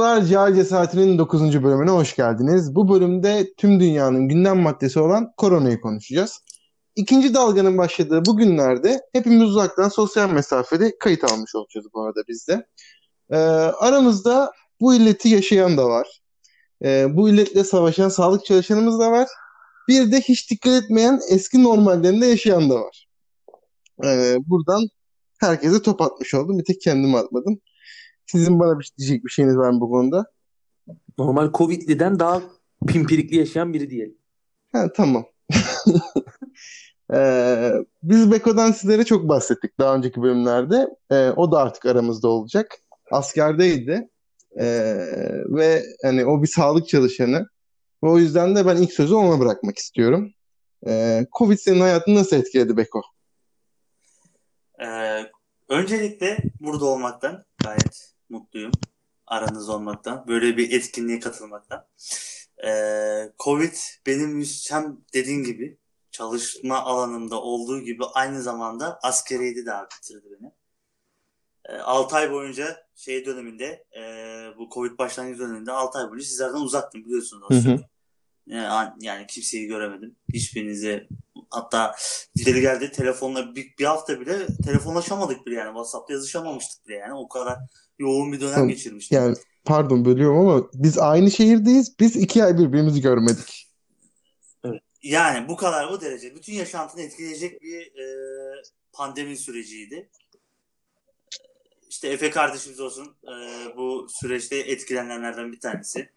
Merhabalar, Cahil Cesareti'nin 9. bölümüne hoş geldiniz. Bu bölümde tüm dünyanın gündem maddesi olan koronayı konuşacağız. İkinci dalganın başladığı bu günlerde hepimiz uzaktan sosyal mesafede kayıt almış olacağız bu arada biz de. Aramızda bu illeti yaşayan da var. Bu illetle savaşan sağlık çalışanımız da var. Bir de hiç dikkat etmeyen eski normallerinde yaşayan da var. Buradan herkese top atmış oldum. Bir tek kendime atmadım. Sizin bana diyecek bir şeyiniz var mı bu konuda? Normal Covid'liden daha pimpirikli yaşayan biri diyelim. Ha, tamam. Biz Beko'dan sizlere çok bahsettik daha önceki bölümlerde. O da artık aramızda olacak. Askerdeydi. Ve hani o bir sağlık çalışanı. Ve o yüzden de ben ilk sözü ona bırakmak istiyorum. Covid senin hayatını nasıl etkiledi Beko? Ee, Öncelikle burada olmaktan gayet mutluyum. Aranızda olmaktan. Böyle bir etkinliğe katılmaktan. Covid benim hem dediğin gibi çalışma alanımda olduğu gibi aynı zamanda askeriyede de bitirdi beni. 6 ay boyunca döneminde bu Covid başlangıç döneminde 6 ay boyunca sizlerden uzaktım biliyorsunuz az çok. Yani kimseyi göremedim. Hiçbirinize hatta gideri geldi telefonla bir hafta bile telefonlaşamadık bile yani. WhatsApp'ta yazışamamıştık bile yani. O kadar yoğun bir dönem geçirmiştik. Yani pardon bölüyorum ama biz aynı şehirdeyiz. Biz 2 ay birbirimizi görmedik. Evet. Yani bu kadar bu derece. Bütün yaşantını etkileyecek bir pandemi süreciydi. İşte Efe kardeşimiz olsun bu süreçte etkilenenlerden bir tanesi.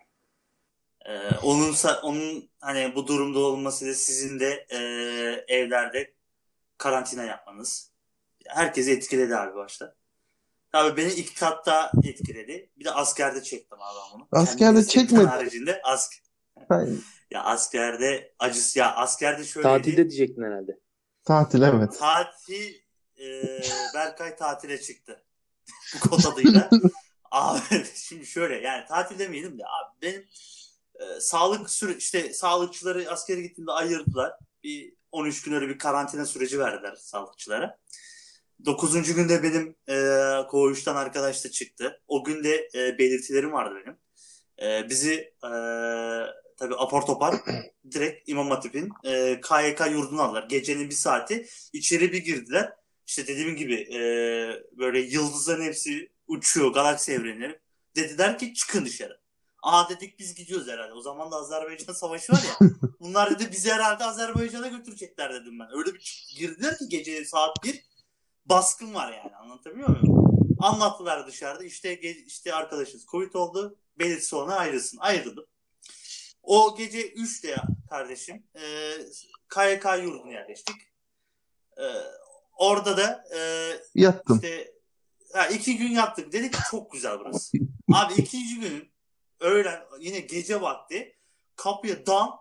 Onun hani bu durumda olmasıyla sizin de evlerde karantina yapmanız herkesi etkiledi abi başta. Tabii beni ilk katta etkiledi. Bir de askerde çektim abi onu. Askerde çekmedi. Haricinde ya askerde acısı ya askerde şöyleydi. Tatilde diyecektin herhalde. Tatil evet. Tatil Berkay tatile çıktı. Bu kod adıyla. Abi şimdi şöyle yani tatil demeyelim de abi benim sağlıkçıları askere gittiğimde ayırdılar. Bir 13 gün öyle bir karantina süreci verdiler sağlıkçılara. 9. günde benim koğuştan arkadaş da çıktı. O gün de belirtilerim vardı benim. Bizi tabii apar topar direkt İmam Hatip'in KYK yurduna aldılar. Gecenin bir saati içeri bir girdiler. İşte dediğim gibi böyle yıldızların hepsi uçuyor galaksi evrenleri. Dediler ki çıkın dışarı. Dedik biz gidiyoruz herhalde. O zaman da Azerbaycan savaşı var ya. Bunlar dedi bizi herhalde Azerbaycan'a götürecekler dedim ben. Öyle bir girdiler ki gece saat 1 baskın var yani. Anlatabiliyor muyum? Anlattılar dışarıda. İşte arkadaşınız Covid oldu. Belirtisi ona ayrıldım. O gece 3'te kardeşim KYK yurduna yerleştik. Orada da yattım. 2 gün yattık. Dedik çok güzel burası. Abi 2. günün öğlen yine gece vakti kapıya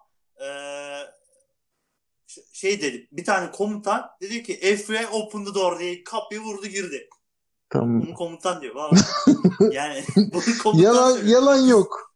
dedi bir tane komutan dedi ki FBI open the door diye kapıyı vurdu girdi. Tamam. Bunu komutan diyor. Vallahi. Yani bunu komutan yalan yok.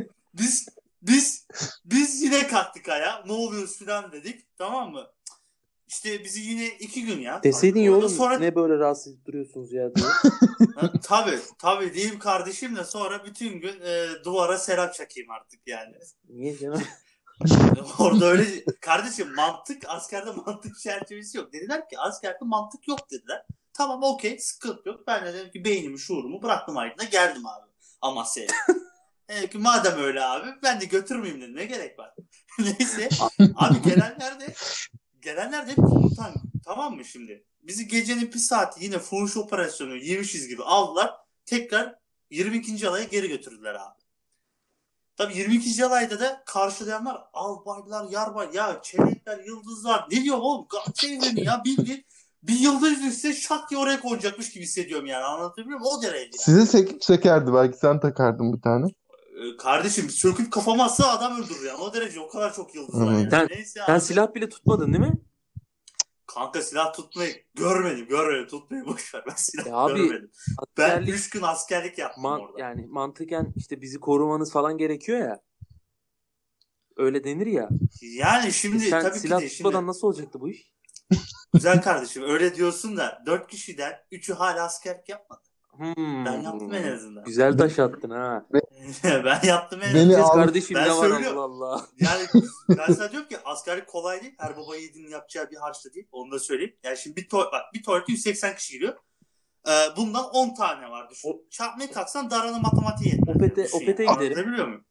Biz yine kalktık ayağa. Ne oluyoruz falan dedik. Tamam mı? İşte bizi yine 2 gün ya. Deseydin ya oğlum sonra... ne böyle rahatsız edip duruyorsunuz ya diye. Tabii diyeyim kardeşim de sonra bütün gün duvara serap çakayım artık yani. Niye canım? Orada öyle kardeşim askerde mantık çerçevesi yok. Dediler ki askerde mantık yok dediler. Tamam okey sıkıntı yok. Ben de dedim ki beynimi şuurumu bıraktım aydına geldim abi Amasya'ya. Dedim ki madem öyle abi ben de götürmeyeyim dedim ne gerek var. Neyse abi gelenler de hep komutan tamam mı şimdi? Bizi gecenin bir saati yine fuhuş operasyonu yemişiz gibi aldılar. Tekrar 22. alaya geri götürdüler abi. Tabii 22. alayda da karşılayanlar albaylar, yarbay, ya çelenekler, yıldızlar. Ne diyor oğlum? Galaksi evreni ya bildiğin bir yıldız düşse şak diye oraya konacakmış gibi hissediyorum yani. Anlatabiliyor muyum? O derece yani. Size sökerdi belki sen takardın bir tane. Kardeşim söküp kafamazsa adam öldürür yani. O derece o kadar çok yıldız var yani. Sen silah bile tutmadın değil mi? Kanka silah tutmayı görmedim tutmayı boşver ben silah abi, görmedim. Ben 3 gün askerlik yaptım orada. Yani mantıken işte bizi korumanız falan gerekiyor ya. Öyle denir ya. Yani şimdi sen tabii silah ki de tutmadan nasıl olacaktı bu iş? Güzel kardeşim öyle diyorsun da 4 kişiden 3'ü hala askerlik yapmadı. Ben yaptım en azından. Güzel taş attın ha. Ben yaptım en Beni azından. Biz al- kardeşim Ben ne var söylüyorum. Allah Allah. Yani ben sana diyorum ki askerlik kolay değil. Her baba yiğidinin yapacağı bir harçta değil. Onu da söyleyeyim. Yani şimdi bir tuvalete 180 kişi giriyor. Bundan 10 tane var düşün. Çarpmaya kalksan Dara'nın matematiği yetmez. Opet'e giderim. Anlatabiliyor muyum?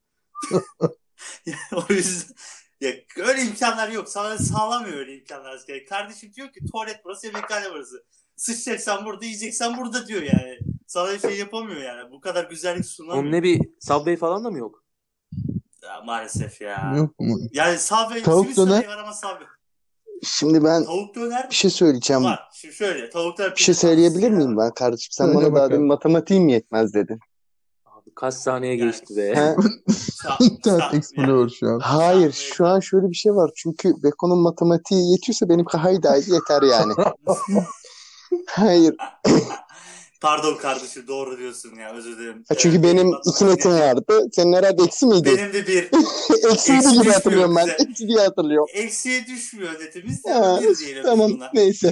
O yüzden ya, öyle imkanlar yok. Sana sağlamıyor öyle imkanlar asker. Kardeşim diyor ki tuvalet burası, yemekhane burası. Sıçacaksan burada, yiyeceksen burada diyor yani. Sana bir şey yapamıyor yani. Bu kadar güzellik sunamıyor. Onun ne bir Subway falan da mı yok? Ya, maalesef ya. Yok mu? Yani Subway, Tavuk simit döner. Subway var ama Subway. Şimdi ben Tavuk döner bir şey söyleyeceğim. var. Şimdi şöyle tavuklar Bir şey söyleyebilir miyim ben kardeşim? Sen Söyle bana daha bakalım. demin matematiğim yetmez dedin. Abi kaç saniye Yani- geçti be. He? İnternet Explorer şu an. Hayır, şu an şöyle bir şey var. Çünkü Beko'nun matematiği yetiyorsa benim haydaydı yeter yani. Hayır. Pardon kardeşim, doğru diyorsun ya, özür dilerim. Çünkü benim iki netim vardı. Senin herhalde eksi miydi? Benim de bir. Eksiydi Eksi gibi hatırlıyorum ben. düşmüyor Eksi diye hatırlıyorum. Eksiye düşmüyor netimiz. Ha, Bir diyelim tamam buna. neyse.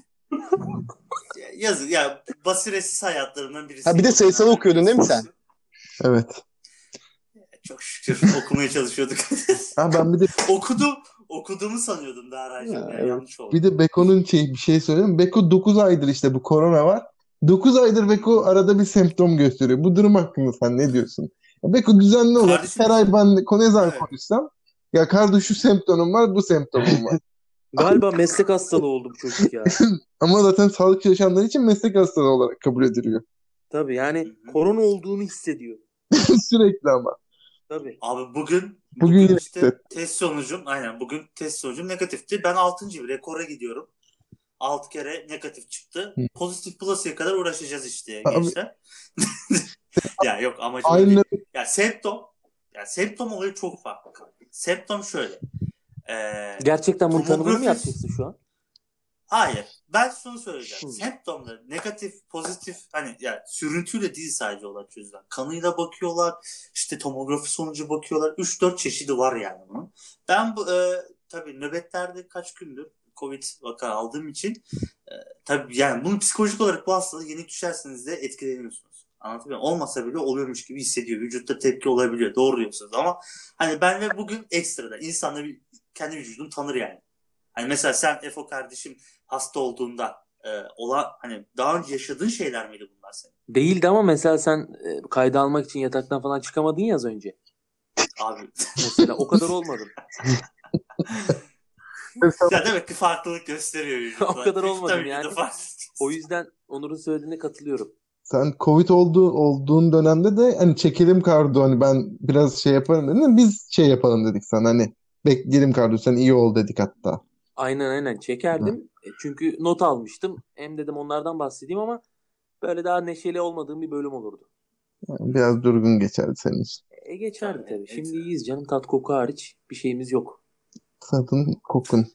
Yazık ya, basiretsiz hayatlarından birisi. Ha bir de sayısal okuyordun değil mi sen? Evet. Çok şükür okumaya çalışıyorduk. Ha, ben bir de Okuduğumu sanıyordum daha Raycığım. Ha, Ya, evet. yanlış oldu. bir de Beko'nun bir şey söyleyeyim. Beko 9 aydır işte bu korona var. 9 aydır Beko arada bir semptom gösteriyor. Bu durum hakkında sen ne diyorsun? Ya Beko düzenli olarak Kardeşim- her ay ben ne zaman Evet. konuşsam ya kardeş şu semptomum var, bu semptomum var. Galiba meslek hastalığı oldu bu çocuk ya. Ama zaten sağlık çalışanları için meslek hastalığı olarak kabul ediliyor. Tabii yani Hı hı. korona olduğunu hissediyor. Sürekli ama. Tabii. Abi bugün yine işte test sonucum bugün test sonucum negatifti. Ben 6. rekora gidiyorum. 6 kere negatif çıktı. Hı. Pozitif bulasıya kadar uğraşacağız işte Abi- gençler. Ya yok, amacım o Aynı değil. Ya semptom olayı çok farklı. Semptom şöyle. Gerçekten bunu tanımını mı Tomografi- yapacaksın şu an? Hayır. Ben şunu söyleyeceğim. Hı. Semptomlar negatif, pozitif, hani yani sürüntüyle değil sadece olan çözülen. Kanıyla bakıyorlar, işte tomografi sonucu bakıyorlar. 3-4 çeşidi var yani bunun. Ben bu tabii nöbetlerde kaç gündür Covid vaka aldığım için tabii yani bunu psikolojik olarak bu hastalığı yenik düşerseniz de etkileniyorsunuz. Anlatabiliyor muyum? Olmasa bile oluyormuş gibi hissediyor. Vücutta tepki olabiliyor. Doğru diyorsunuz ama hani ben ve bugün ekstradan insanla bir kendi vücudunu tanır yani. Hani mesela sen Efo kardeşim hasta olduğunda hani daha önce yaşadığın şeyler miydi bunlar senin? Değildi ama mesela sen kayda almak için yataktan falan çıkamadın ya az önce. Abi Mesela o kadar olmadım. ya demek ki farklılık gösteriyor vücutta. O kadar olmadım Tabii ki de yani. farklılık. O yüzden Onur'un söylediğine katılıyorum. Sen Covid olduğun dönemde de hani çekelim kardo, hani ben biraz şey yaparım dedin. Biz şey yapalım dedik sana, hani bekleyelim kardo, sen iyi ol dedik hatta. Aynen çekerdim. Çünkü not almıştım. Hem dedim onlardan bahsedeyim ama böyle daha neşeli olmadığım bir bölüm olurdu. Yani biraz durgun geçerdi senin için. Geçerdi Tabii, tabii. evet. Şimdi iyiyiz canım. Tat koku hariç bir şeyimiz yok. Tadın, kokun.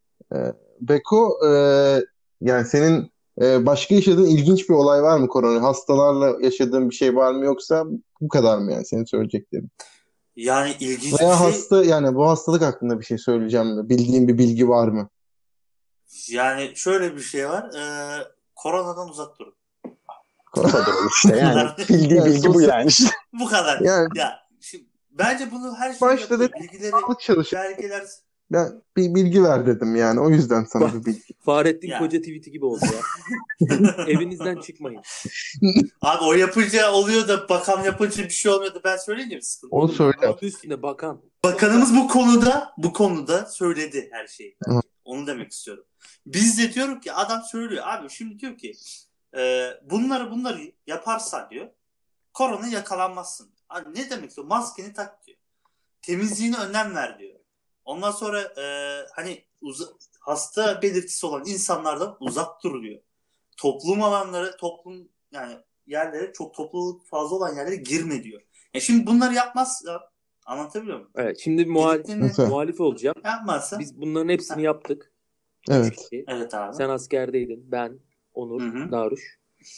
Beko, yani senin başka yaşadığın ilginç bir olay var mı korona? Hastalarla yaşadığın bir şey var mı, yoksa bu kadar mı yani senin söyleyeceklerin? Yani ilginç Veya bir şey. yani bu hastalık hakkında bir şey söyleyeceğim mi? Bildiğin bir bilgi var mı? Yani şöyle bir şey var. Koronadan uzak durun. O kadar işte yani. Bildiği Yani bilgi bu yani. Bu kadar. Yani Ya şimdi bence bunu her şey başta yapıyor. dedim Bilgileri, sağlık çalışıyor. belgeler. Ben bir bilgi ver dedim yani. O yüzden sana bir bilgi. Fahrettin Ya. Koca tweet'i gibi oldu ya. Evinizden çıkmayın. Abi o yapınca oluyor da bakan yapınca bir şey olmuyor da ben söyleyince mi sıkıntı? Onu söyle. Adı üstünde bakan. Bakanımız bu konuda söyledi her şeyi. Hı. Onu demek istiyorum. Biz de diyorum ki adam söylüyor abi, şimdi diyor ki bunları yaparsan diyor korona yakalanmazsın. Abi ne demek istiyor? Maskeni tak diyor. Temizliğine önem ver diyor. Ondan sonra hani hasta belirtisi olan insanlardan uzak dur diyor. Toplum alanları, yani yerlere, çok topluluk fazla olan yerlere girme diyor. Şimdi bunları yapmazsa, anlatabiliyor muyum? Evet, şimdi Nasıl? muhalif olacağım. Yapmazsa. Biz bunların hepsini yaptık. Evet. Üç kişi. Evet abi. Sen askerdeydin. Ben, Onur, Hı hı. Daruş.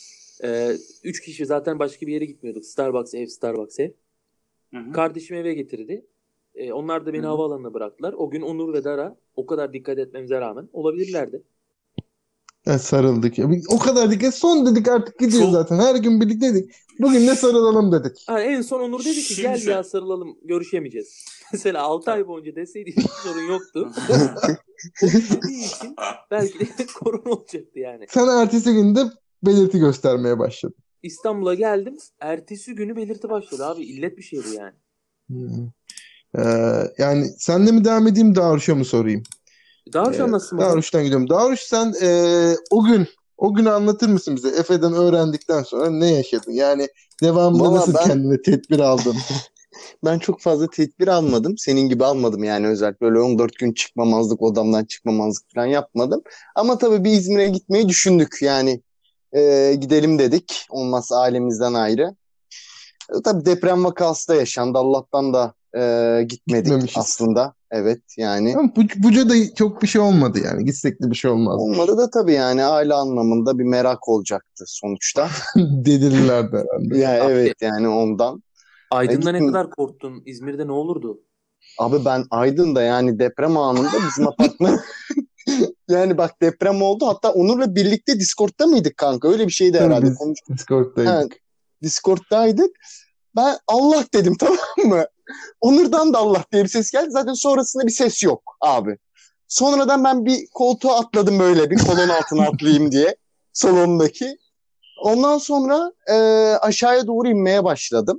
3 kişi zaten başka bir yere gitmiyorduk. Starbucks ev. Hı hı. Kardeşim eve getirdi. Onlar da beni Hı hı. havaalanına bıraktılar. O gün Onur ve Dara o kadar dikkat etmemize rağmen olabilirlerdi. Sarıldık. O kadar dedik. Son dedik artık gidiyor Çok- zaten. Her gün birlikteydik. Bugün de sarılalım dedik. Ha, en son Onur dedi ki Şimdi gel şöyle- ya sarılalım, görüşemeyeceğiz. Mesela 6 ay boyunca deseydi hiç sorun yoktu. O dediği için belki de korona olacaktı yani. Sen ertesi günde belirti göstermeye başladın. İstanbul'a geldim. Ertesi günü belirti başladı abi. İllet bir şeydi yani. Hmm. Yani senle mi devam edeyim, Darüş'e mi sorayım? Darüşşan nasılsın bakalım? Darüş'ten gidiyorum. Daruş, sen o günü anlatır mısın bize? Efe'den öğrendikten sonra ne yaşadın? Yani devamında Valla nasıl kendine tedbir aldın? Ben çok fazla tedbir almadım. Senin gibi almadım yani, özellikle öyle 14 gün çıkmamazlık, odamdan çıkmamazlık falan yapmadım. Ama tabii bir İzmir'e gitmeyi düşündük yani. Gidelim dedik. Olmazsa ailemizden ayrı. Tabii deprem vakası da yaşandı. Allah'tan da gitmedik Gitmemişiz. aslında. Evet yani. Ama Buca'da çok bir şey olmadı yani. Gitsek de bir şey olmaz. Olmadı da tabii yani, aile anlamında bir merak olacaktı sonuçta. Delirlerdi herhalde. Ya Abi- evet yani ondan. Aydın'da ne gittim. kadar korktun? İzmir'de ne olurdu? Abi ben Aydın'da yani deprem anında bizim apartman yani bak, deprem oldu. Hatta Onur'la birlikte Discord'da mıydık kanka? Öyle bir şeydi Tabii herhalde. biz Discord'daydık. Discord'daydık. Ben Allah dedim, tamam mı? Onur'dan da Allah diye bir ses geldi. Zaten sonrasında bir ses yok abi. Sonradan ben bir koltuğa atladım, böyle bir kolon altına atlayayım diye. Salondaki. Ondan sonra aşağıya doğru inmeye başladım.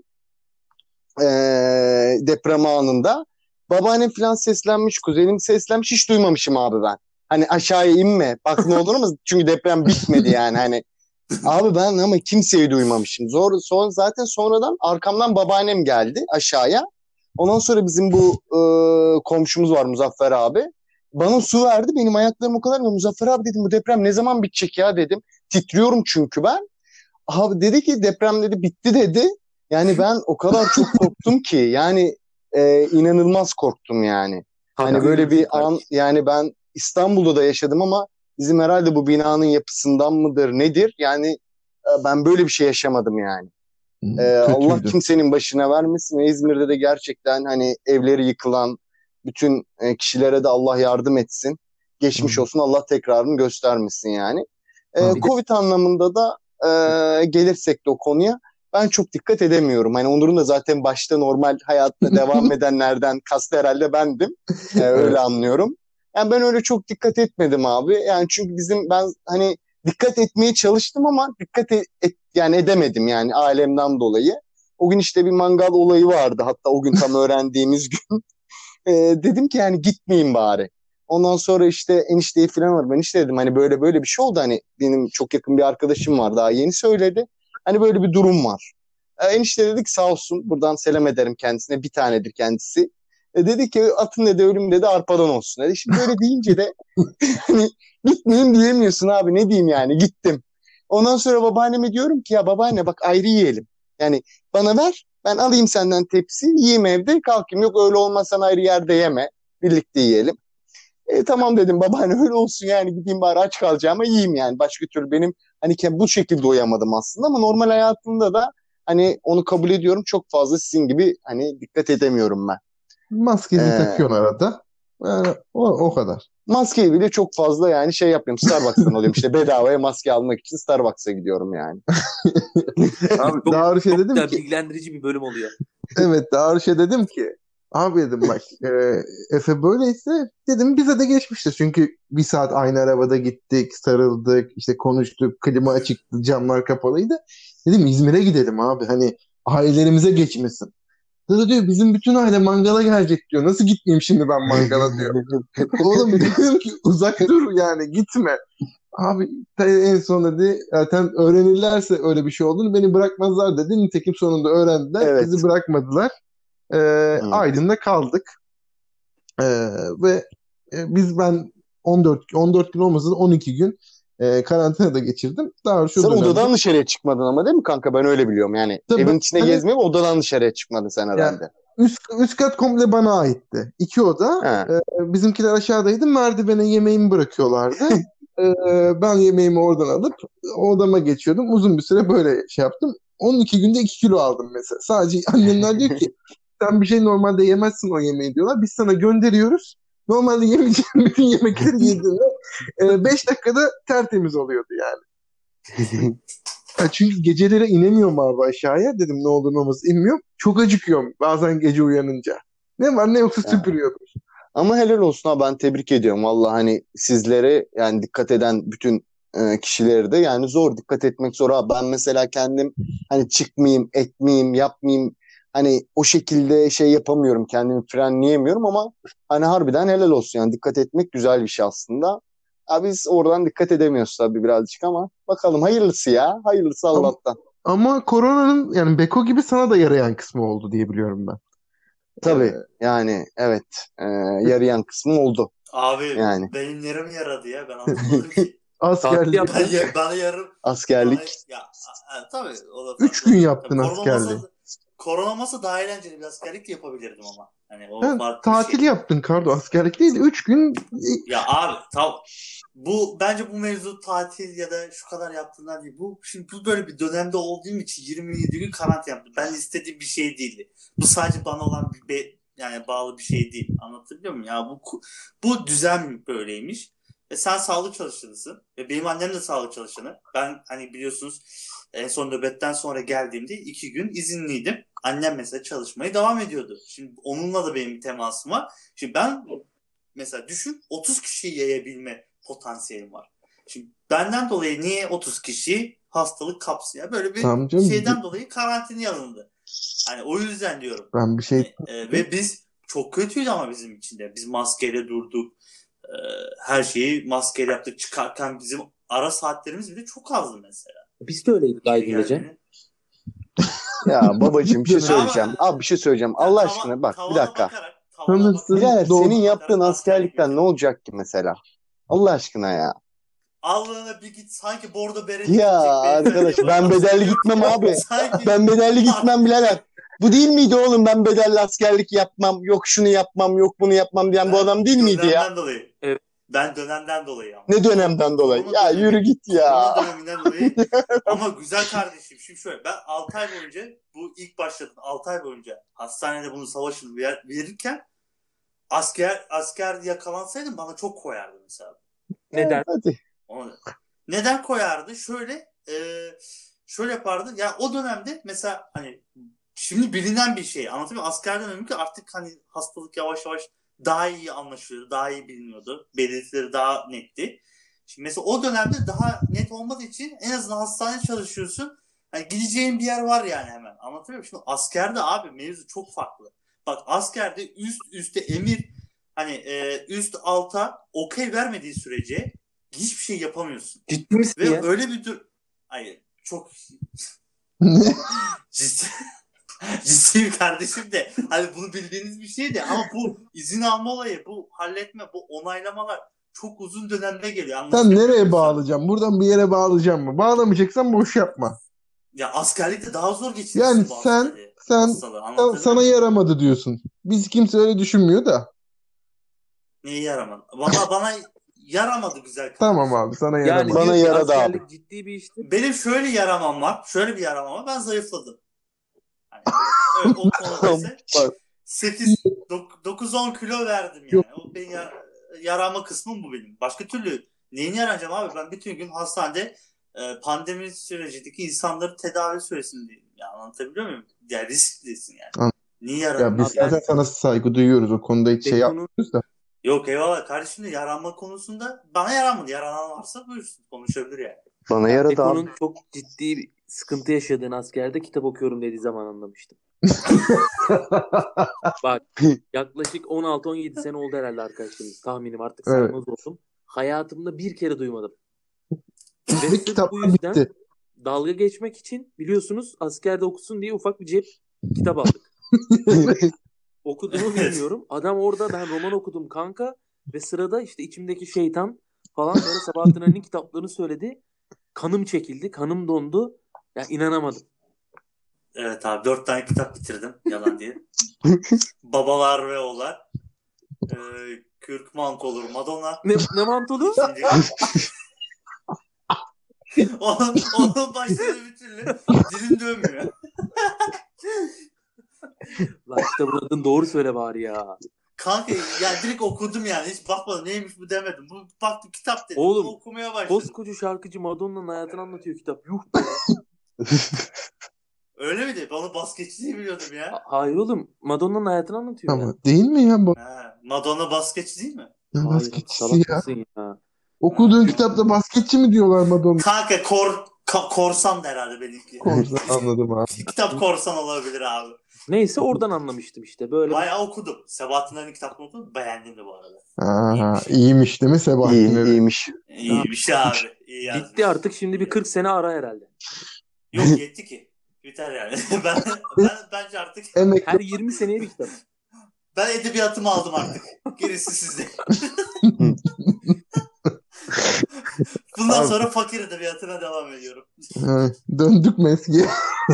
Deprem anında. Babaannem falan seslenmiş, kuzenim seslenmiş. Hiç duymamışım abi ben. Hani aşağıya inme. Bak ne olur mu? Çünkü deprem bitmedi yani. Hani abi ben ama kimseyi duymamışım. Zaten sonradan arkamdan babaannem geldi aşağıya. Ondan sonra bizim bu komşumuz var, Muzaffer abi. Bana su verdi. Benim ayaklarım o kadar mı? Muzaffer abi dedim, bu deprem ne zaman bitecek ya dedim. Titriyorum çünkü ben. Abi dedi ki deprem dedi bitti dedi. Yani ben o kadar çok korktum ki yani inanılmaz korktum yani. Hani böyle bir an yani, ben İstanbul'da da yaşadım ama bizim herhalde bu binanın yapısından mıdır nedir? Yani ben böyle bir şey yaşamadım yani. Allah Kötüydü. kimsenin başına vermesin. Ve İzmir'de de gerçekten hani evleri yıkılan bütün kişilere de Allah yardım etsin. Geçmiş Hı. olsun, Allah tekrarını göstermesin yani. Hı. Covid anlamında da gelirsek de o konuya, ben çok dikkat edemiyorum. Hani Onur'un da zaten başta normal hayatta devam edenlerden kastı herhalde bendim. Öyle anlıyorum. Yani ben öyle çok dikkat etmedim abi. Yani çünkü ben hani dikkat etmeye çalıştım ama yani edemedim yani, ailemden dolayı. O gün işte bir mangal olayı vardı. Hatta o gün tam öğrendiğimiz gün. Dedim ki yani gitmeyeyim bari. Ondan sonra işte enişteyi falan var. Ben işte dedim hani böyle böyle bir şey oldu. Hani benim çok yakın bir arkadaşım var, daha yeni söyledi. Hani böyle bir durum var. Enişte dedik sağ olsun, buradan selam ederim kendisine. Bir tanedir kendisi. Dedi ki atın dedi ölüm dedi arpadan olsun dedi. Şimdi böyle deyince de hani gitmeyeyim diyemiyorsun abi, ne diyeyim yani, gittim. Ondan sonra babaanneme diyorum ki ya babaanne bak ayrı yiyelim. Yani bana ver, ben alayım senden tepsi, yiyeyim evde kalkayım. Yok öyle olmaz, sen ayrı yerde yeme, birlikte yiyelim. Tamam dedim babaanne, öyle olsun yani, gideyim bari aç kalacağıma yiyeyim yani. Başka türlü benim hani bu şekilde uyamadım aslında, ama normal hayatımda da hani onu kabul ediyorum, çok fazla sizin gibi hani dikkat edemiyorum ben. Maskeni takıyorsun arada. Yani o kadar. Maskeyi bile çok fazla yani şey yapıyorum, Starbucks'tan alıyorum işte, bedavaya maske almak için Starbucks'a gidiyorum yani. Abi Çok- Darüş'e Çok dedim güzel, ki bilgilendirici bir bölüm oluyor. evet, Darüş'e dedim ki abi dedim bak Efe böyleyse dedim bize de geçmiştir. Çünkü bir saat aynı arabada gittik, sarıldık, işte konuştuk, klima açıktı, camlar kapalıydı. Dedim İzmir'e gidelim abi, hani ailelerimize geçmesin. Dede diyor bizim bütün aile mangala gelecek diyor. Nasıl gitmeyeyim şimdi ben mangala diyor. Oğlum dedim ki uzak dur yani, gitme. Abi en son dedi zaten öğrenirlerse öyle bir şey olduğunu beni bırakmazlar dedi. Nitekim sonunda öğrendiler. Evet. Bizi bırakmadılar. Aydın'da kaldık. Ve ben 14 gün olmasa da 12 gün karantinada geçirdim. Daha şu Sen dönemde odadan dışarıya çıkmadın ama değil mi kanka? Ben öyle biliyorum yani. Tabii, Evin içinde hani- gezmeyip odadan dışarıya çıkmadın sen herhalde. üst kat komple bana aitti. 2 oda. Ha. Bizimkiler aşağıdaydı. Merdivene yemeğimi bırakıyorlardı. Ben yemeğimi oradan alıp odama geçiyordum. Uzun bir süre böyle şey yaptım. 12 günde 2 kilo aldım mesela. Sadece annemler diyor ki sen bir şey normalde yemezsin o yemeği diyorlar. Biz sana gönderiyoruz. Normalde yemeyeceğin bütün yemekleri yedin. 5 dakikada tertemiz oluyordu yani. Çünkü geceleri inemiyorum abi aşağıya. Dedim ne olur ne olmaz inmiyorum. Çok acıkıyorum bazen gece uyanınca. Ne var ne yoksa Ya. süpürüyordum. Ama helal olsun ha, ben tebrik ediyorum. Vallahi hani sizlere, yani dikkat eden bütün kişileri de, yani zor, dikkat etmek zor abi. Ben mesela kendim hani çıkmayayım, etmeyeyim, yapmayayım, hani o şekilde şey yapamıyorum, kendimi frenleyemiyorum ama hani harbiden helal olsun, yani dikkat etmek güzel bir şey aslında. Ya biz oradan dikkat edemiyoruz tabii birazcık ama bakalım, hayırlısı ya. Hayırlısı Ama, Allah'tan. ama koronanın yani Beko gibi sana da yarayan kısmı oldu diye biliyorum ben. Tabii yani evet, yarayan kısmı oldu Abi yani. benim nerem yaradı ya, ben anlamadım ki. Askerlik. Tatil yaptın. Bana yarım Askerlik. tabii o da 3 farklı. gün yaptın Tabii askerliği. korona olmasa daha eğlenceli bir askerlik de yapabilirdim ama. Hani o Sen farklı bir tatil şey. yaptın Kardo. Askerlik değil. 3 gün Ya abi bence bu mevzu tatil ya da şu kadar yaptığından değil. Şimdi bu böyle bir dönemde olduğum için 27 gün karantina yaptım. Ben istediğim bir şey değildi. Bu sadece bana olan yani bağlı bir şey değil. Anlatabiliyor muyum? Ya bu düzen böyleymiş. Sen sağlık çalışanısın. Ve benim annem de sağlık çalışanı. Ben hani biliyorsunuz en son nöbetten sonra geldiğimde 2 gün izinliydim. Annem mesela çalışmaya devam ediyordu. Şimdi onunla da benim bir temasım var. Şimdi ben mesela düşün, 30 kişiyi yayabilme potansiyelim var. Şimdi benden dolayı niye 30 kişi hastalık kapsın ya? Böyle bir Tamam canım, şeyden dolayı karantinaya alındı. Hani o yüzden diyorum. ben bir şey Ve biz çok kötüydü ama bizim için de. Biz maskeyle durduk. Her şeyi maskeyle yaptık. Çıkarken bizim ara saatlerimiz bile çok azdı mesela. Biz de öyleydik Aydın'ca. Yani, Ya babacığım bir şey Ama- söyleyeceğim. Abi bir şey söyleyeceğim. Allah aşkına bak bir tavana dakika. bakarak, Tanırsın. Birader Doğru. senin yaptığın bakarak askerlikten ne olacak ki mesela? Allah aşkına ya. Allah'ına bir git, sanki bordo bere Ya gidecek beyefendi arkadaş, yapar. ben bedelli gitmem abi. Sanki Ben bedelli gitmem birader. Bu değil miydi oğlum, ben bedelli askerlik yapmam, yok şunu yapmam, yok bunu yapmam diyen bu adam değil miydi ya? Dönemden dolayı. Evet. Ben dönemden dolayı ama. Ne dönemden dolayı? Korona Ya dönemi. yürü git ya. Korona döneminden dolayı. Ama güzel kardeşim, şimdi şöyle, ben 6 ay boyunca, bu ilk başladığım 6 ay boyunca hastanede bunun savaşını verirken asker yakalansaydım bana çok koyardı mesela. Neden? Hadi. Neden koyardı? Şöyle yapardı. Yani o dönemde mesela hani şimdi bilinen bir şey. Anlatayım mı? Askerden önce artık hani hastalık yavaş yavaş daha iyi anlaşılıyordu. Daha iyi biliniyordu. Belirtileri daha netti. Şimdi mesela o dönemde daha net olmadığı için en azından hastanede çalışıyorsun. Hani gideceğin bir yer var yani hemen. Anlatabiliyor muyum? Şimdi askerde abi mevzu çok farklı. Bak askerde üst üste emir, hani üst alta okey vermediği sürece hiçbir şey yapamıyorsun. Ciddi misin Ve ya? öyle bir hayır, çok ciddi, ciddi bir kardeşim de hani bunu bildiğiniz bir şey de, ama bu izin alma olayı, bu halletme, bu onaylamalar çok uzun dönemde geliyor. Sen Anlatabiliyor nereye muyum? bağlayacaksın? Buradan bir yere bağlayacağım mı? Bağlamayacaksan boş yapma. Ya askerlikte daha zor geçirirsin Yani bu sen hastalığı. Anlatabiliyor sana muyum? yaramadı diyorsun. Biz kimse öyle düşünmüyor da. Neyi yaramadı? Bana yaramadı güzel kardeşim. Tamam abi sana Yani yaramadı. Bana diyor ki yaradı askerlik abi. ciddi bir işti. Benim şöyle yaramam var. Şöyle bir yaramam var. Ben zayıfladım. Hani, o konuda ise 9-10 kilo verdim yani. O benim yarama kısmım bu benim. Başka türlü neyini yaranacağım abi? Ben bütün gün hastanede pandemi sürecindeki insanları tedavi süresindeyim. Ya anlatabiliyor muyum? Ya risklisin yani. Anladım. Niye Ya yaranıyorsun? biz zaten sana saygı duyuyoruz. O konuda hiç şey Beko'nun yapmıyoruz da. Yok eyvallah kardeşim de yaranma konusunda bana yaranmadı. Yaranan varsa buyursun konuşabilir yani. Bana yaradı abi. Beko'nun çok ciddi bir sıkıntı yaşadığını askerde kitap okuyorum dediği zaman anlamıştım. Bak yaklaşık 16-17 sene oldu herhalde arkadaşlarımız. Tahminim artık Evet. saymaz oldum. Hayatımda bir kere duymadım. Ve Ve sırf kitap bu yüzden bitti. dalga geçmek için biliyorsunuz askerde okusun diye ufak bir cep kitap aldık. Okuduğumu bilmiyorum. Adam orada ben roman okudum kanka ve sırada işte içimdeki şeytan falan böyle Sabahattin Ali'nin kitaplarını söyledi. Kanım çekildi, kanım dondu. Ya inanamadım. Evet abi 4 tane kitap bitirdim yalan diye. Babalar ve Oğullar. Kürk Mantolu Madonna. Ne mantolu? Şimdi onun başladığı bir türlü dilim dönmüyor. Lan kitabın adını doğru söyle bari ya. Kanka yani direkt okudum yani. Hiç bakmadım neymiş bu demedim. Bu baktım kitap dedim. Oğlum, Okumaya başladım. Koskoca şarkıcı Madonna'nın hayatını anlatıyor kitap. Yuh be. Öyle mi de? Ben onu basketçi diye biliyordum ya. Hayır oğlum. Madonna'nın hayatını anlatıyor ya. Ama değil mi ya bu? Ha, Madonna basketçi değil mi? Hayır, Basketçisi salak ya. mısın ya? Okuduğun kitapta basketçi mi diyorlar Madonna? Kanka korsan da herhalde benimki. Korsan, anladım abi. Kitap korsan olabilir abi. Neyse oradan anlamıştım işte. Böyle Bayağı okudum. Sebahattin Ali'nin kitabını okudum. Beğendim de bu arada. Aha, iyiymiş değil mi Sebahattin Ali? İyiymiş. İyiymiş abi. İyi yazmış. gitti artık, şimdi bir 40 sene ara herhalde. Yok yetti ki. Biter yani. ben bence artık Emekli Her 20 seneye bir kitap. ben edebiyatımı aldım artık. Gerisi sizde. Bundan Abi. sonra fakir edebiyatına devam ediyorum. Ha, döndük mesleğe.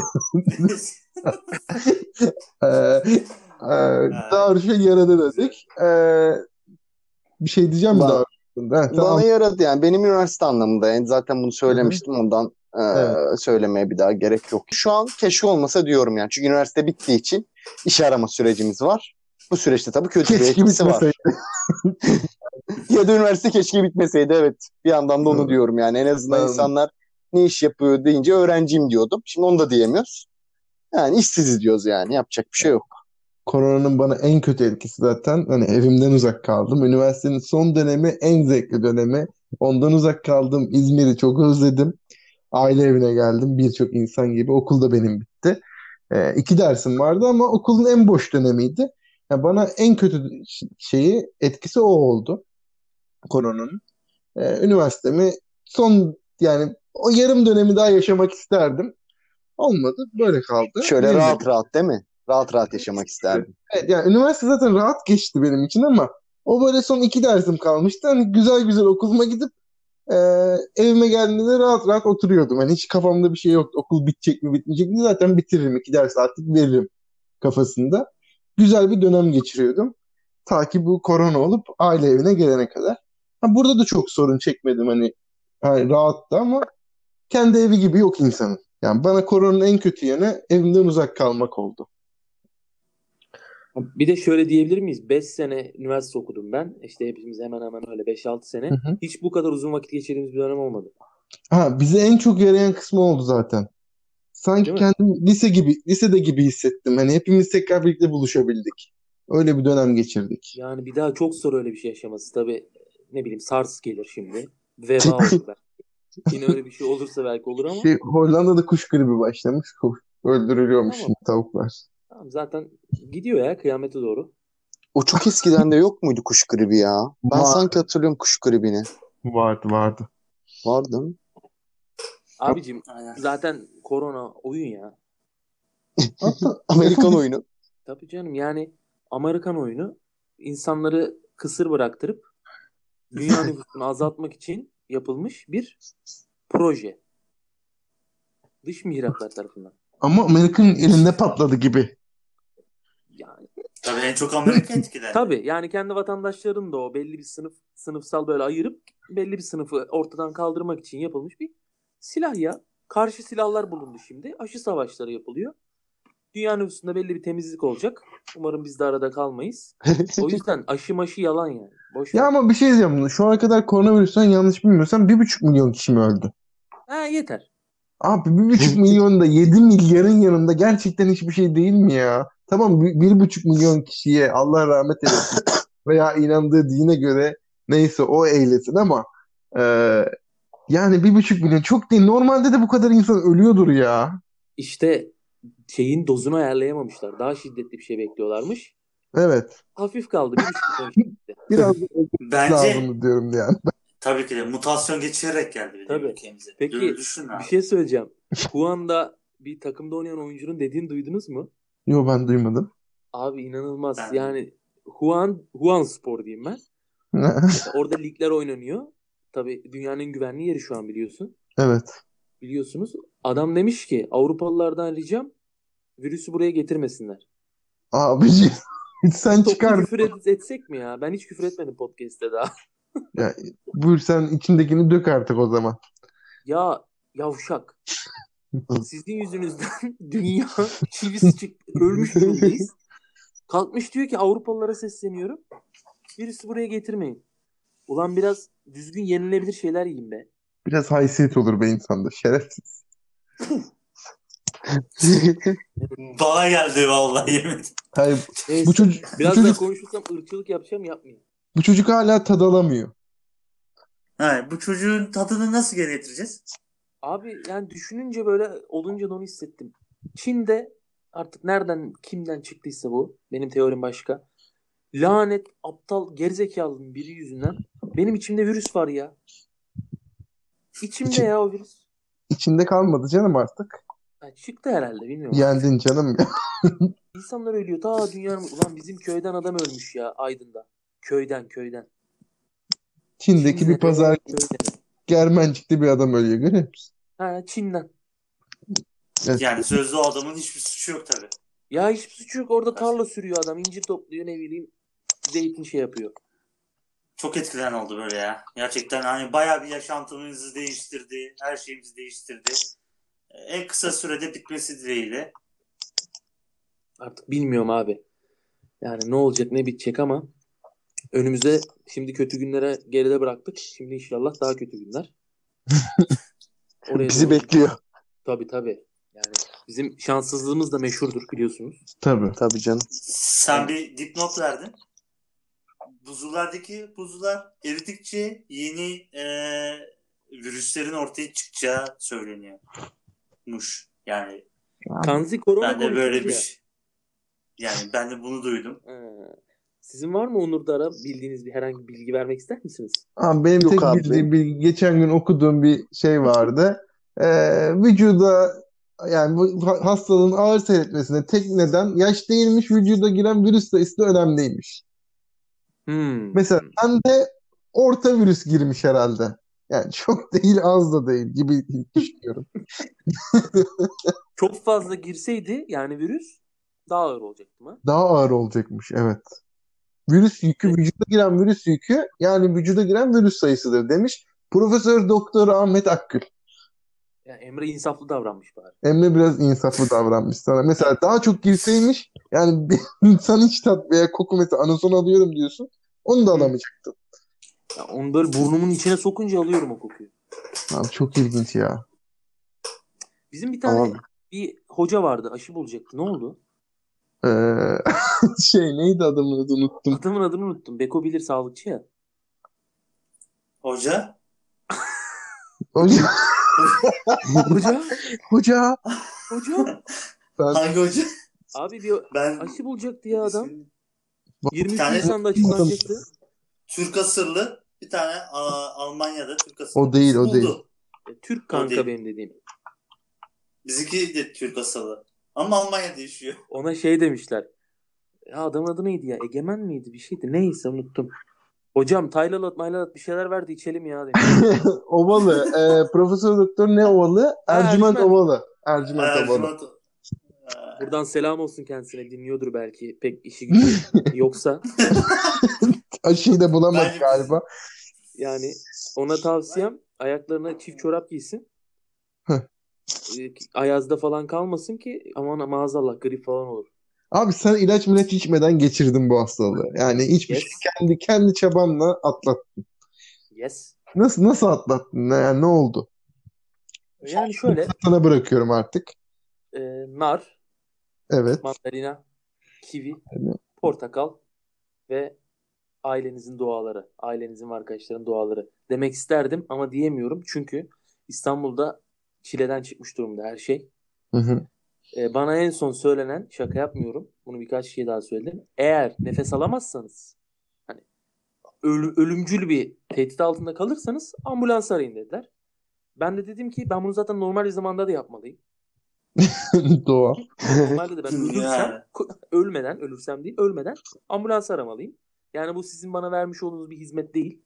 Darüşşe yaradı dedik. Bir şey diyeceğim mi Bana- Darüşşe'de? Ha, tamam. Bana yaradı yani. Benim üniversite anlamında. Yani zaten bunu söylemiştim. Ondan söylemeye bir daha gerek yok. Şu an keşke olmasa diyorum yani. Çünkü üniversite bittiği için iş arama sürecimiz var. Bu süreçte tabii kötü bir Keşke etkisi var. bitmeseydi. Ya da üniversite keşke bitmeseydi, evet. Bir yandan da onu Hı. diyorum yani. En azından Ben- insanlar ne iş yapıyor deyince öğrenciyim diyordum. Şimdi onu da diyemiyoruz. Yani işsiziz diyoruz yani. Yapacak bir şey yok. Koronanın bana en kötü etkisi zaten hani evimden uzak kaldım. Üniversitenin son dönemi en zevkli dönemi. Ondan uzak kaldım. İzmir'i çok özledim. Aile evine geldim. Birçok insan gibi. Okul da benim bitti. 2 dersim vardı ama okulun en boş dönemiydi. Ya bana en kötü etkisi o oldu koronanın. Üniversitemi yani o yarım dönemi daha yaşamak isterdim. Olmadı. Böyle kaldı. Şöyle Benim de- rahat rahat değil mi? Rahat rahat yaşamak isterdim. Evet, yani üniversite zaten rahat geçti benim için ama o böyle son 2 dersim kalmıştı. Hani güzel güzel okuluma gidip e, evime geldiğimde de rahat rahat oturuyordum. Hani hiç kafamda bir şey yoktu. Okul bitecek mi bitmeyecek mi zaten bitiririm. 2 ders artık veririm kafasında. Güzel bir dönem geçiriyordum. Ta ki bu korona olup aile evine gelene kadar. Ha, burada da çok sorun çekmedim hani rahattı ama kendi evi gibi yok insanın. Yani bana koronanın en kötü yanı evimden uzak kalmak oldu. Bir de şöyle diyebilir miyiz? 5 sene üniversite okudum ben. İşte hepimiz hemen hemen öyle 5-6 sene. Hı hı. Hiç bu kadar uzun vakit geçirdiğimiz bir dönem olmadı. Ha, bize en çok yarayan kısmı oldu zaten. Sanki Değil mi? kendim lisede gibi hissettim. Hani hepimiz tekrar birlikte buluşabildik. Öyle bir dönem geçirdik. Yani bir daha çok zor öyle bir şey yaşaması. Tabii ne bileyim, SARS gelir şimdi. Veba olur belki. Yine öyle bir şey olursa belki olur ama Hollanda'da kuş gribi başlamış. Öldürülüyormuş Tamam. şimdi tavuklar. tamam, zaten gidiyor ya kıyamete doğru. O çok eskiden de yok muydu kuş gribi ya? Ben Var. sanki hatırlıyorum kuş gribini. Vardı. Vardı mı? Abicim Aynen. zaten korona oyun ya. Hatta Amerikan oyunu. Tabii canım, yani Amerikan oyunu, insanları kısır bıraktırıp dünya nüfusunu azaltmak için yapılmış bir proje. Dış mihraklar tarafından. ama Amerika'nın elinde patladı gibi. Yani Tabii en çok Amerika etkilendi. tabii yani kendi vatandaşlarını da o belli bir sınıfsal böyle ayırıp belli bir sınıfı ortadan kaldırmak için yapılmış bir silah ya. Karşı silahlar bulundu şimdi. Aşı savaşları yapılıyor. Dünya nüfusunda belli bir temizlik olacak. Umarım biz de arada kalmayız. O yüzden aşı maşı yalan yani. Boş Ya ver. ama bir şey diyeceğim. Şu ana kadar koronavirüsten yanlış bilmiyorsam 1,5 milyon kişi mi öldü? Ha, yeter. Abi 1,5 milyon da 7 milyarın yanında gerçekten hiçbir şey değil mi ya? Tamam 1,5 milyon kişiye Allah rahmet eylesin veya inandığı dine göre neyse o eylesin ama e, yani 1,5 milyon çok değil. Normalde de bu kadar insan ölüyordur ya. İşte şeyin dozunu ayarlayamamışlar. Daha şiddetli bir şey bekliyorlarmış. Evet. Hafif kaldı. 1,5 milyon gitti. Biraz Bence lazım diyorum yani. tabii ki de mutasyon geçirerek geldi bir de Tabii. ülkemize. Peki, Düşün bir abi. şey söyleyeceğim. Juan'da bir takımda oynayan oyuncunun dediğini duydunuz mu? Yo, ben duymadım. Abi inanılmaz. Ben- Yani Juan Spor diyeyim ben. Orada ligler oynanıyor. Tabii dünyanın en güvenli yeri şu an, biliyorsun. Evet. Biliyorsunuz. Adam demiş ki Avrupalılardan ricam virüsü buraya getirmesinler. Abici sen Toplu çıkar. küfür etsek mi ya? Ben hiç küfür etmedim podcast'te daha. Ya, buyur sen içindekini dök artık o zaman. Ya yavşak. Sizin yüzünüzden dünya çivisi çıktı. Ölmüş durumdayız. Kalkmış diyor ki Avrupalılara sesleniyorum. Virüsü buraya getirmeyin. Ulan biraz düzgün yenilebilir şeyler yiyin be. Biraz haysiyet olur be insanda. Şerefsiz. Bana geldi vallahi yemin. Hayır, Neyse. bu çocuk, bu Biraz daha çocuk, konuşursam ırkçılık yapacağım, yapmayayım. bu çocuk hala tad alamıyor. Ha, bu çocuğun tadını nasıl geri getireceğiz? Abi yani düşününce böyle olunca da onu hissettim. Çin'de artık nereden kimden çıktıysa bu. Benim teorim başka. Lanet aptal gerizekalının biri yüzünden benim içimde virüs var ya. İçimde İçi- ya o virüs. İçinde kalmadı canım artık. Ha, çıktı herhalde bilmiyorum. Yendin canım ya. İnsanlar ölüyor. Ta dünyanın... Ulan bizim köyden adam ölmüş ya Aydın'da. Köyden. Çin'deki Çin'de bir pazar köyden. Germencik'te bir adam ölüyor, görüyor musun? Ha Çin'den. Evet. Yani sözlü o adamın hiçbir suçu yok tabii. Ya hiçbir suçu yok. Orada tarla sürüyor adam. İncir topluyor, ne bileyim. Zeytin şey yapıyor. Çok etkilen oldu böyle ya. Gerçekten hani bayağı bir yaşantımızı değiştirdi. Her şeyimizi değiştirdi. En kısa sürede bitmesi dileğiyle. Artık bilmiyorum abi. Yani ne olacak ne bitecek ama önümüzde şimdi kötü günlere geride bıraktık. Şimdi inşallah daha kötü günler. Oraya Bizi doğru- bekliyor. Tabii. Yani bizim şanssızlığımız da meşhurdur biliyorsunuz. Tabii. Tabii canım. Sen bir dipnot verdin. Buzullardaki buzullar eridikçe yeni virüslerin ortaya çıkacağı söyleniyormuş. Yani Kanzi korona ben de böyle konuşuyoruz bir ya. şey. Yani ben de bunu duydum. Sizin var mı Onur Dara bildiğiniz bir herhangi bir bilgi vermek ister misiniz? Ama benim Yok tek abi. bildiğim geçen gün okuduğum bir şey vardı. Vücuda yani bu hastalığın ağır seyretmesine tek neden yaş değilmiş, vücuda giren virüs sayısı da önemliymiş. Mesela bende orta virüs girmiş herhalde. Yani çok değil, az da değil gibi düşünüyorum. Çok fazla girseydi yani virüs daha ağır olacaktı mı? Daha ağır olacakmış, evet. Virüs yükü, vücuda giren virüs yükü yani vücuda giren virüs sayısıdır demiş Profesör Doktor Ahmet Akgül. Yani Emre insaflı davranmış bari. Emre biraz insaflı davranmış sana. Mesela daha çok girseymiş yani bir insan hiç tat veya koku, mesela anason alıyorum diyorsun, onu da alamayacaktın. Ya onu böyle burnumun içine sokunca alıyorum o kokuyu. Abi çok ilginç ya. Bizim bir tane Abi. bir hoca vardı, aşı bulacaktı. Ne oldu? Ee, neydi adamın adı, unuttum. Adamın adını unuttum. Beko bilir, sağlıkçı ya. Hoca? Hoca, Hoca. hoca. Ben Hangi hoca? Abi bir Ben aşı bulacaktı ya adam. İsmini- 23 tane- Nisan'da açıklanacaktı. Türk asırlı bir tane Almanya'da Türk asırlı O değil, birisi o değil. buldu. Türk O kanka değil. benim dediğim. Bizimki de Türk asıllı. Ama Almanya'da yaşıyor. Ona şey demişler. Ya adamın adı neydi ya? Egemen miydi? Bir şeydi. Neyse unuttum. Hocam Taylalat bir şeyler verdi içelim ya demiş. Ovalı. Profesör Doktor ne ovalı? Ercüment Ercüment. Ovalı. Ercüment Ovalı. Ercüment. Buradan selam olsun kendisine. Dinliyordur belki. Pek işi gücü yoksa. Aşıyı da bulamadı Bence galiba. Yani ona tavsiyem ayaklarına çift çorap giysin. Heh. Ayazda falan kalmasın ki aman maazallah grip falan olur. Abi sen ilaç içmeden geçirdin bu hastalığı. Yani hiçbir Yes. şey kendi çabanla atlattın. Yes. Nasıl atlattın? Yani ne oldu? Yani şöyle Sana bırakıyorum artık. nar, Evet. mandalina, kivi, Evet. portakal ve ailenizin duaları, ailenizin ve arkadaşların duaları demek isterdim ama diyemiyorum çünkü İstanbul'da çileden çıkmış durumda her şey. Hı hı. Bana en son söylenen, şaka yapmıyorum, bunu birkaç kişiye daha söyledim. Eğer nefes alamazsanız, hani ölümcül bir tehdit altında kalırsanız ambulans arayın dediler. Ben de dedim ki ben bunu zaten normal bir zamanda da yapmalıyım. Doğa. Normalde de ben ölürsem, ölürsem değil, ölmeden ambulans aramalıyım. Yani bu sizin bana vermiş olduğunuz bir hizmet değil.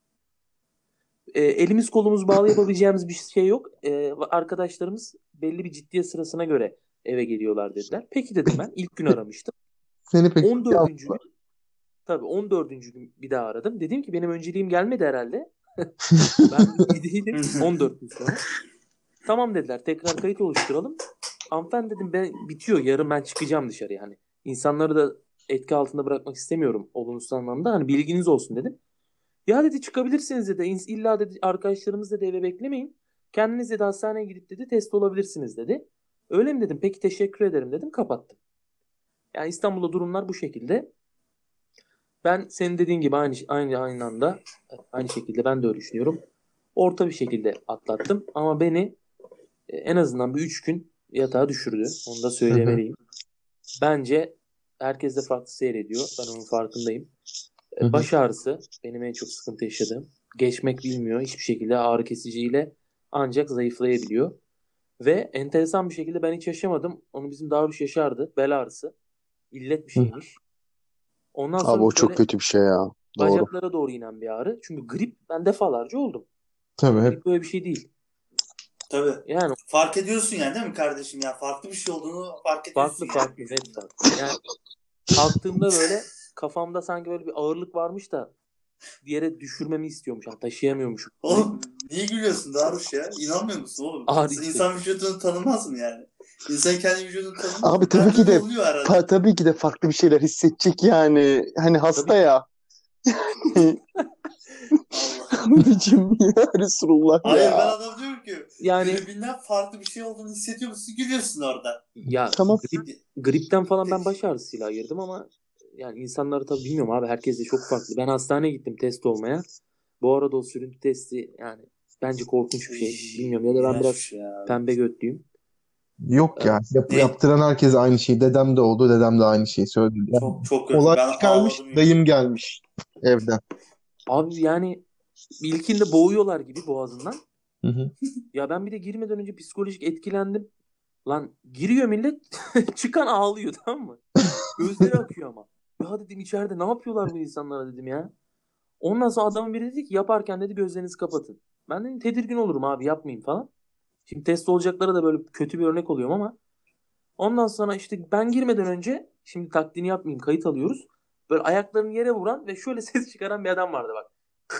Elimiz kolumuz bağlı yapabileceğimiz bir şey yok. Arkadaşlarımız belli bir ciddiyet sırasına göre eve geliyorlar dediler. Peki dedim ben. İlk gün aramıştım. Seni peki 14. gün tabii 14. gün bir daha aradım. Dedim ki benim önceliğim gelmedi herhalde. Ben iyi değilim. 14 gün sonra. Tamam dediler. Tekrar kayıt oluşturalım. Hanımefendi dedim ben bitiyor. Yarın ben çıkacağım dışarı yani. İnsanları da etki altında bırakmak istemiyorum olumsuz anlamda. Hani bilginiz olsun dedim. Ya dedi çıkabilirsiniz dedi. İlla dedi arkadaşlarımız dedi eve beklemeyin. Kendiniz dedi hastaneye gidip dedi test olabilirsiniz dedi. Öyle mi dedim? Peki teşekkür ederim dedim. Kapattım. Yani İstanbul'da durumlar bu şekilde. Ben senin dediğin gibi aynı anda aynı şekilde ben de öyle düşünüyorum. Orta bir şekilde atlattım ama beni en azından bir 3 gün yatağa düşürdü. Onu da söylemeliyim. Bence herkes de farklı seyrediyor. Ben onun farkındayım. Baş ağrısı benim en çok sıkıntı yaşadığım. Geçmek bilmiyor. Hiçbir şekilde ağrı kesiciyle ancak zayıflayabiliyor. Ve enteresan bir şekilde ben hiç yaşamadım. Onu bizim Darüş yaşardı. Bel ağrısı. İllet bir şeymiş. Ondan Abi sonra o çok böyle kötü bir şey ya. Doğru. bacaklara doğru inen bir ağrı. Çünkü grip ben defalarca oldum. Tabii hep Grip böyle bir şey değil. Tabii. Yani Fark ediyorsun yani değil mi kardeşim? Ya farklı bir şey olduğunu fark ediyorsun. farklı net farklı. Yani kalktığımda böyle kafamda sanki böyle bir ağırlık varmış da bir yere düşürmemi istiyormuş. Yani taşıyamıyormuşum. Oğlum niye gülüyorsun Daruş ya? İnanmıyor musun oğlum? Ağrı İnsan vücudunu tanımaz mı yani? İnsan kendi vücudunu tanımaz. Abi tabii ki de oluyor arada. tabii ki de farklı bir şeyler hissedecek yani. Hani hasta Tabii. ya. Abicim ya Resulullah Hayır ya. ben adam diyorum ki Yani gribinden farklı bir şey olduğunu hissediyor musun? Gülüyorsun orada. ya Tamam. gripten falan ben baş ağrısıyla ayırdım ama yani insanları tabii bilmiyorum abi herkes de çok farklı. Ben hastaneye gittim test olmaya. Bu arada o sürüntü testi yani bence korkunç bir şey. Bilmiyorum ya da ben biraz pembe götlüyüm. yok ya. Yaptıran herkes aynı şeyi. Dedem de oldu. Dedem de aynı şeyi söyledi. Yani Çok kötü. olay Ben çıkarmış. ağladım. Dayım gelmiş evden. Abi yani ilkinde boğuyorlar gibi boğazından. Hı hı. Ya ben bir de girmeden önce psikolojik etkilendim. Lan giriyor millet çıkan ağlıyor tamam mı? Gözleri akıyor ama. Ya dedim içeride ne yapıyorlar bu insanlara dedim ya. Ondan sonra adamın biri dedi ki yaparken dedi gözlerinizi kapatın. Ben dedim tedirgin olurum abi yapmayayım falan. Şimdi test olacaklara da böyle kötü bir örnek oluyorum ama. Ondan sonra işte ben girmeden önce şimdi taklidini yapmayayım kayıt alıyoruz. Böyle ayaklarını yere vuran ve şöyle ses çıkaran bir adam vardı bak.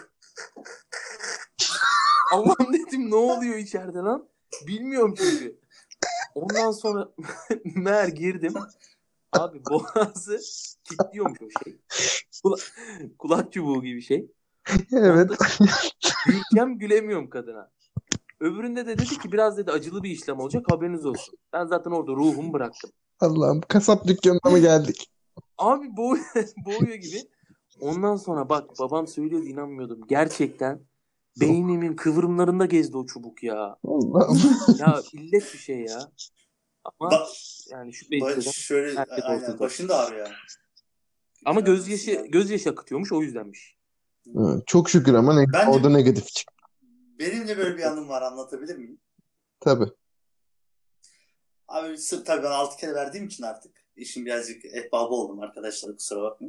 Allah'ım dedim ne oluyor içeride lan? Bilmiyorum çünkü. Ondan sonra meğer girdim. Abi boğazı kilitliyormuş o şey. Kulak çubuğu gibi şey. Evet. Güleceğim gülemiyorum kadına. Öbüründe de dedi ki biraz dedi acılı bir işlem olacak haberiniz olsun. Ben zaten orada ruhumu bıraktım. Allah'ım kasap dükkanına mı geldik? Abi boğuyor gibi. Ondan sonra bak babam söylüyordu inanmıyordum. Gerçekten beynimin kıvrımlarında gezdi o çubuk ya. Allah'ım. Ya illet bir şey ya. Ama yani şüphesiz Şöyle herkes aynen ortada. başın da ağrıyor. Ama gözyaşı akıtıyormuş o yüzdenmiş. Evet, çok şükür ama Bence- orada negatif çıktı. Benim de böyle bir anım var, anlatabilir miyim? Tabii. Abi tabii ben 6 kere verdiğim için artık işin birazcık ehbabı oldum arkadaşlar, kusura bakmayın.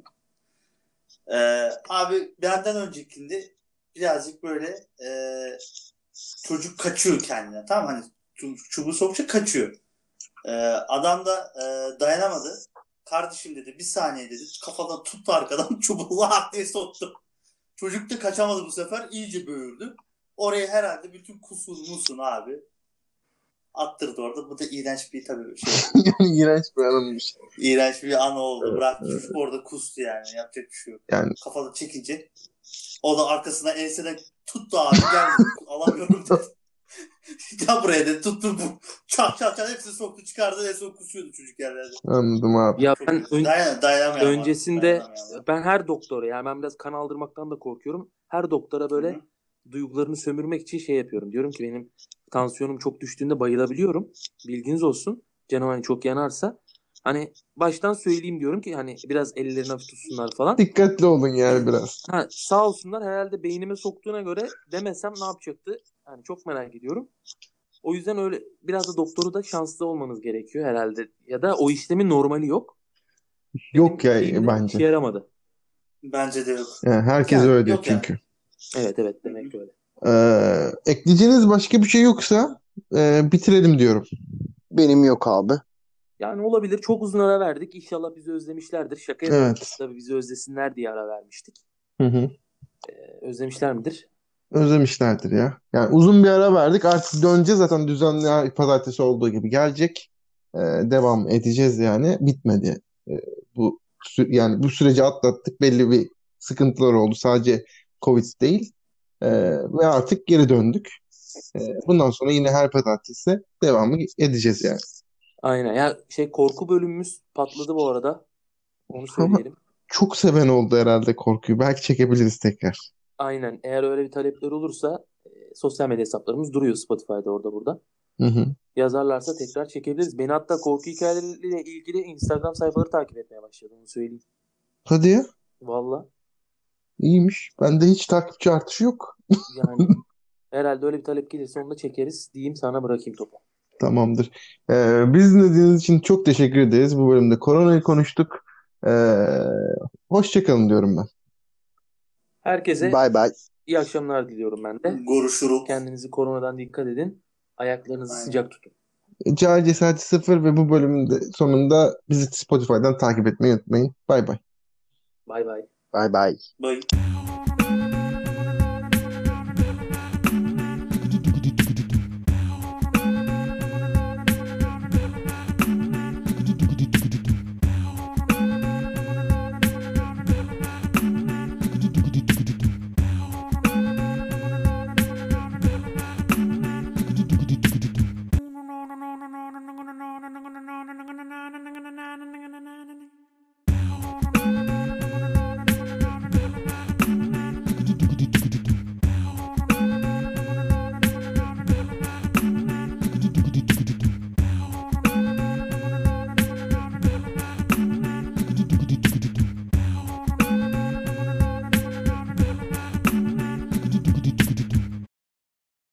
Abi benden öncekinde birazcık böyle çocuk kaçıyor kendine, tamam mı? Hani çubuğu sokça kaçıyor. Adam da dayanamadı. Kardeşim dedi, bir saniye dedi, kafadan tuttu arkadan çubuğu hak diye soktu. Çocuk da kaçamadı bu sefer, iyice böğürdü. Oraya herhalde bütün musun abi attırdı orada. Bu da iğrenç bir tabii şey. Yani iğrenç bir anımmış. İğrenç bir an oldu. Evet, Bırak evet. çocuk orada kustu yani. Yapacak bir şey yok. Yani Kafada çekince. O da arkasına enseden tuttu abi. Geldi. Alamıyorum dedi. Gel buraya dedi. Tuttu bu. Çat çat çat hepsini soktu çıkardı. En son kusuyordu çocuk yerlerde. anladım abi. Ya Çok ben dayanamıyorum. öncesinde Dayanamıyorum. ben her doktora yani ben biraz kan aldırmaktan da korkuyorum. Her doktora böyle Hı-hı. duygularını sömürmek için şey yapıyorum. Diyorum ki benim tansiyonum çok düştüğünde bayılabiliyorum. Bilginiz olsun. Canım hani çok yanarsa. Hani baştan söyleyeyim diyorum ki hani biraz ellerini hafif tutsunlar falan. Dikkatli olun yani biraz. Ha, sağ olsunlar herhalde beynime soktuğuna göre demesem ne yapacaktı? Yani çok merak ediyorum. O yüzden öyle biraz da doktoru da şanslı olmanız gerekiyor herhalde. Ya da o işlemin normali yok. Yok ya Benim bence. işe yaramadı. Bence de yok. Yani herkes Yani, öyle diyor yok yani. çünkü. Evet demek öyle. Ekleyeceğiniz başka bir şey yoksa bitirelim diyorum. Benim yok abi. Yani olabilir. Çok uzun ara verdik. İnşallah bizi özlemişlerdir. Şaka yapıyoruz. Evet. Tabii bizi özlesinler diye ara vermiştik. Hı hı. Özlemişler midir? Özlemişlerdir ya. Yani uzun bir ara verdik. Artık döneceğiz zaten düzenli her pazartesi olduğu gibi gelecek. Devam edeceğiz yani. Bitmedi bu Yani bu süreci atlattık. Belli bir sıkıntılar oldu. Sadece Covid değil. Ve artık geri döndük. Bundan sonra yine her pazartesi devamı edeceğiz yani. Aynen. Ya korku bölümümüz patladı bu arada. Onu Ama söyleyelim. çok seven oldu herhalde korkuyu. Belki çekebiliriz tekrar. Aynen. Eğer öyle bir talepler olursa sosyal medya hesaplarımız duruyor Spotify'da orada burada. Hı hı. Yazarlarsa tekrar çekebiliriz. Beni hatta korku hikayeleriyle ilgili Instagram sayfaları takip etmeye başladı. Onu söyleyeyim. Hadi ya. Valla. İyiymiş. Bende hiç takipçi artışı yok. Yani herhalde öyle bir talep gelirse onu da çekeriz. Diyeyim sana bırakayım topu. Tamamdır. Biz dinlediğiniz için çok teşekkür ederiz. Bu bölümde koronayı konuştuk. Hoşça kalın diyorum ben. Herkese Bay bay. iyi akşamlar diliyorum ben de. Görüşürüz. Kendinizi koronadan dikkat edin. Ayaklarınızı Aynen. sıcak tutun. Cahil Cesareti 0 ve bu bölümün de sonunda bizi Spotify'dan takip etmeyi unutmayın. Bay bay. Bay bay. Bay bay. Bye.